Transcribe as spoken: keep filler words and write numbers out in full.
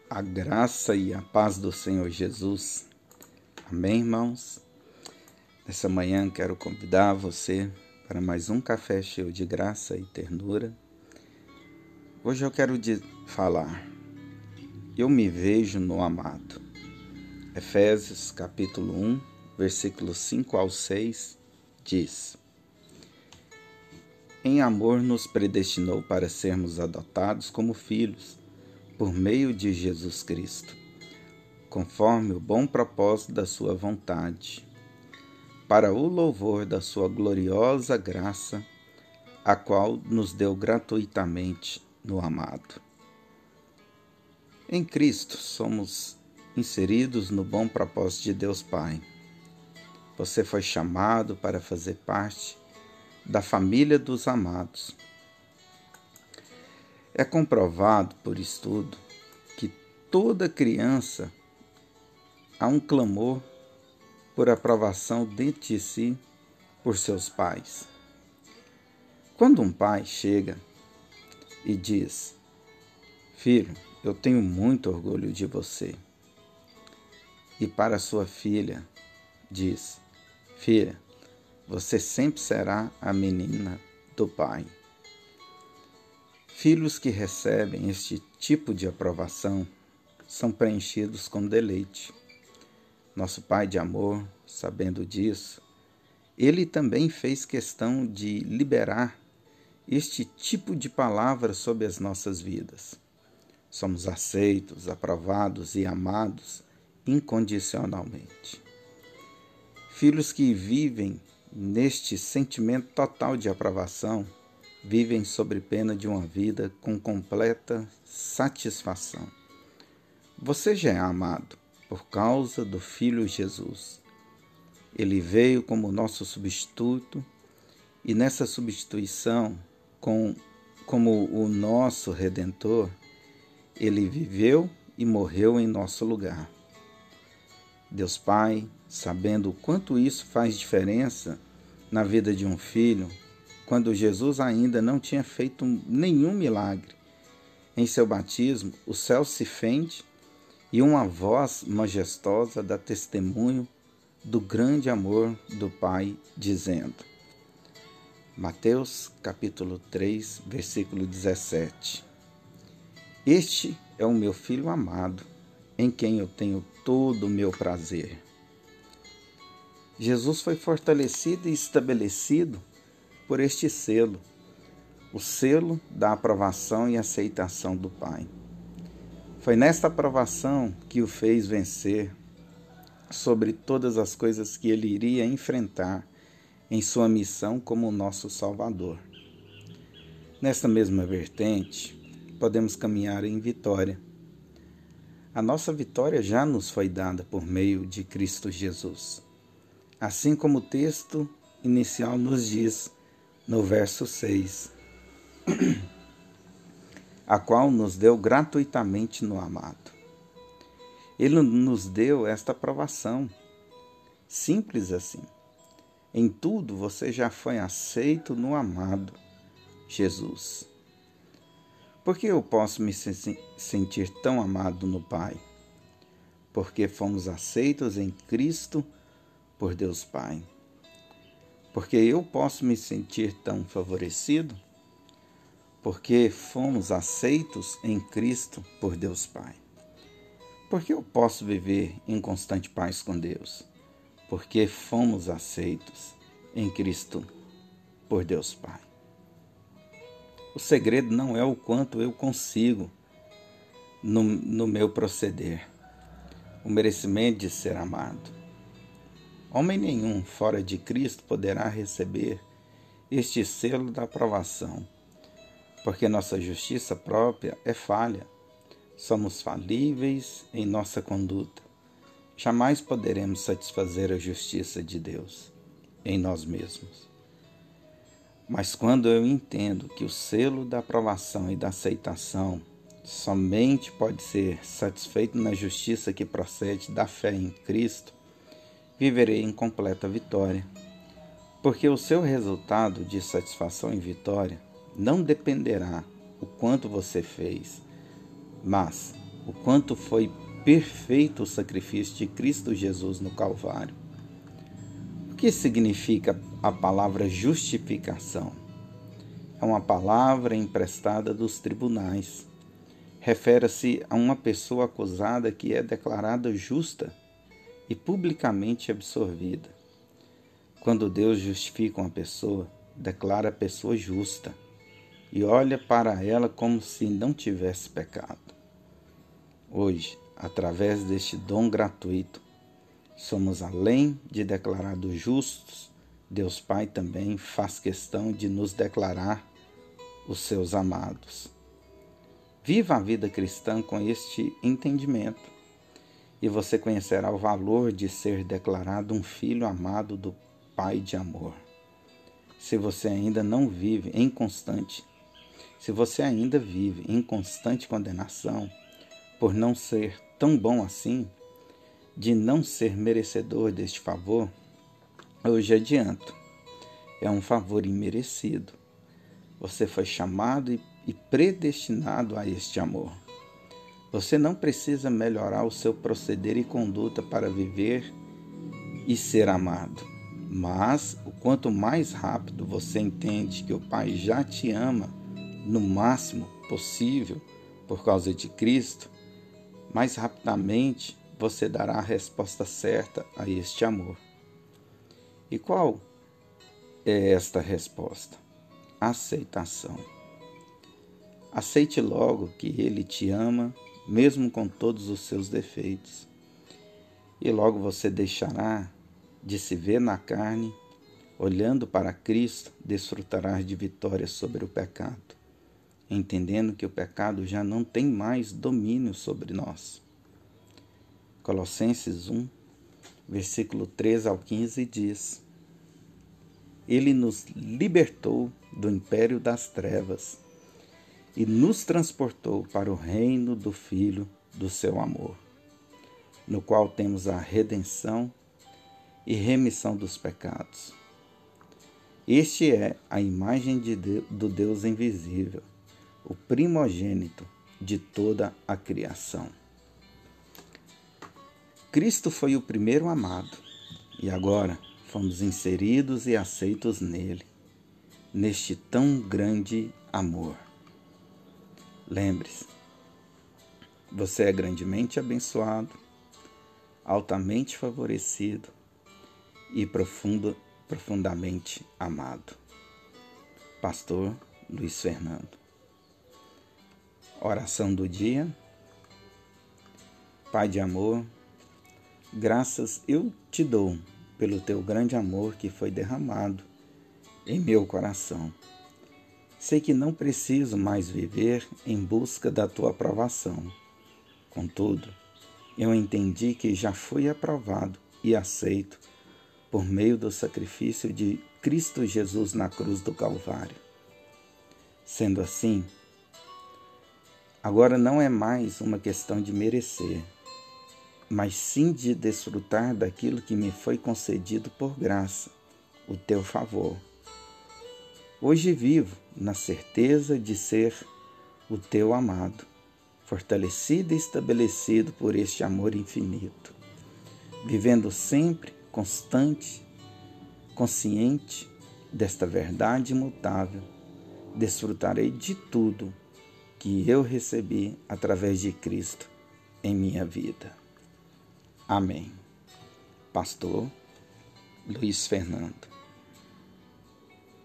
A graça e a paz do Senhor Jesus. Amém, irmãos? Nessa manhã quero convidar você para mais um café cheio de graça e ternura. Hoje eu quero de falar, eu me vejo no amado. Efésios capítulo um, versículos cinco ao seis, diz: Em amor nos predestinou para sermos adotados como filhos, por meio de Jesus Cristo, conforme o bom propósito da sua vontade, para o louvor da sua gloriosa graça, a qual nos deu gratuitamente no amado. Em Cristo somos inseridos no bom propósito de Deus Pai. Você foi chamado para fazer parte da família dos amados. É comprovado por estudo que toda criança há um clamor por aprovação dentro de si por seus pais. Quando um pai chega e diz: Filho, eu tenho muito orgulho de você. E para sua filha diz: Filha, você sempre será a menina do pai. Filhos que recebem este tipo de aprovação são preenchidos com deleite. Nosso Pai de amor, sabendo disso, Ele também fez questão de liberar este tipo de palavra sobre as nossas vidas. Somos aceitos, aprovados e amados incondicionalmente. Filhos que vivem neste sentimento total de aprovação vivem sob pena de uma vida com completa satisfação. Você já é amado por causa do Filho Jesus. Ele veio como nosso substituto e nessa substituição, com, como o nosso Redentor, ele viveu e morreu em nosso lugar. Deus Pai, sabendo o quanto isso faz diferença na vida de um filho, quando Jesus ainda não tinha feito nenhum milagre, em seu batismo, o céu se fende e uma voz majestosa dá testemunho do grande amor do Pai, dizendo, Mateus capítulo três, versículo dezessete, Este é o meu Filho amado, em quem eu tenho todo o meu prazer. Jesus foi fortalecido e estabelecido por este selo, o selo da aprovação e aceitação do Pai. Foi nesta aprovação que o fez vencer sobre todas as coisas que ele iria enfrentar em sua missão como o nosso Salvador. Nesta mesma vertente, podemos caminhar em vitória. A nossa vitória já nos foi dada por meio de Cristo Jesus. Assim como o texto inicial nos diz, no verso seis, a qual nos deu gratuitamente no amado. Ele nos deu esta aprovação, simples assim. Em tudo você já foi aceito no amado, Jesus. Por que eu posso me sentir tão amado no Pai? Porque fomos aceitos em Cristo por Deus Pai. Porque eu posso me sentir tão favorecido? Porque fomos aceitos em Cristo por Deus Pai. Porque eu posso viver em constante paz com Deus? Porque fomos aceitos em Cristo por Deus Pai. O segredo não é o quanto eu consigo no, no meu proceder, o merecimento de ser amado. Homem nenhum fora de Cristo poderá receber este selo da aprovação, porque nossa justiça própria é falha. Somos falíveis em nossa conduta. Jamais poderemos satisfazer a justiça de Deus em nós mesmos. Mas quando eu entendo que o selo da aprovação e da aceitação somente pode ser satisfeito na justiça que procede da fé em Cristo, viverei em completa vitória, porque o seu resultado de satisfação e vitória não dependerá o quanto você fez, mas o quanto foi perfeito o sacrifício de Cristo Jesus no Calvário. O que significa a palavra justificação? É uma palavra emprestada dos tribunais. Refere-se a uma pessoa acusada que é declarada justa e publicamente absolvida. Quando Deus justifica uma pessoa, declara a pessoa justa e olha para ela como se não tivesse pecado. Hoje, através deste dom gratuito, somos, além de declarados justos, Deus Pai também faz questão de nos declarar os seus amados. Viva a vida cristã com este entendimento e você conhecerá o valor de ser declarado um filho amado do Pai de amor. Se você ainda não vive em constante, se você ainda vive em constante condenação por não ser tão bom assim, de não ser merecedor deste favor, hoje adianto, é um favor imerecido. Você foi chamado e e predestinado a este amor. Você não precisa melhorar o seu proceder e conduta para viver e ser amado. Mas, o quanto mais rápido você entende que o Pai já te ama, no máximo possível, por causa de Cristo, mais rapidamente você dará a resposta certa a este amor. E qual é esta resposta? Aceitação. Aceite logo que Ele te ama, mesmo com todos os seus defeitos. E logo você deixará de se ver na carne, olhando para Cristo, desfrutarás de vitória sobre o pecado, entendendo que o pecado já não tem mais domínio sobre nós. Colossenses um, versículo treze ao quinze diz: Ele nos libertou do império das trevas e nos transportou para o reino do Filho do seu amor, no qual temos a redenção e remissão dos pecados. Este é a imagem de Deus, do Deus invisível, o primogênito de toda a criação. Cristo foi o primeiro amado, e agora fomos inseridos e aceitos nele, neste tão grande amor. Lembre-se, você é grandemente abençoado, altamente favorecido e profundo, profundamente amado. Pastor Luiz Fernando. Oração do dia. Pai de amor, graças eu te dou pelo teu grande amor que foi derramado em meu coração. Sei que não preciso mais viver em busca da tua aprovação. Contudo, eu entendi que já fui aprovado e aceito por meio do sacrifício de Cristo Jesus na cruz do Calvário. Sendo assim, agora não é mais uma questão de merecer, mas sim de desfrutar daquilo que me foi concedido por graça, o teu favor. Hoje vivo na certeza de ser o teu amado, fortalecido e estabelecido por este amor infinito, vivendo sempre constante, consciente desta verdade imutável, desfrutarei de tudo que eu recebi através de Cristo em minha vida. Amém. Pastor Luiz Fernando.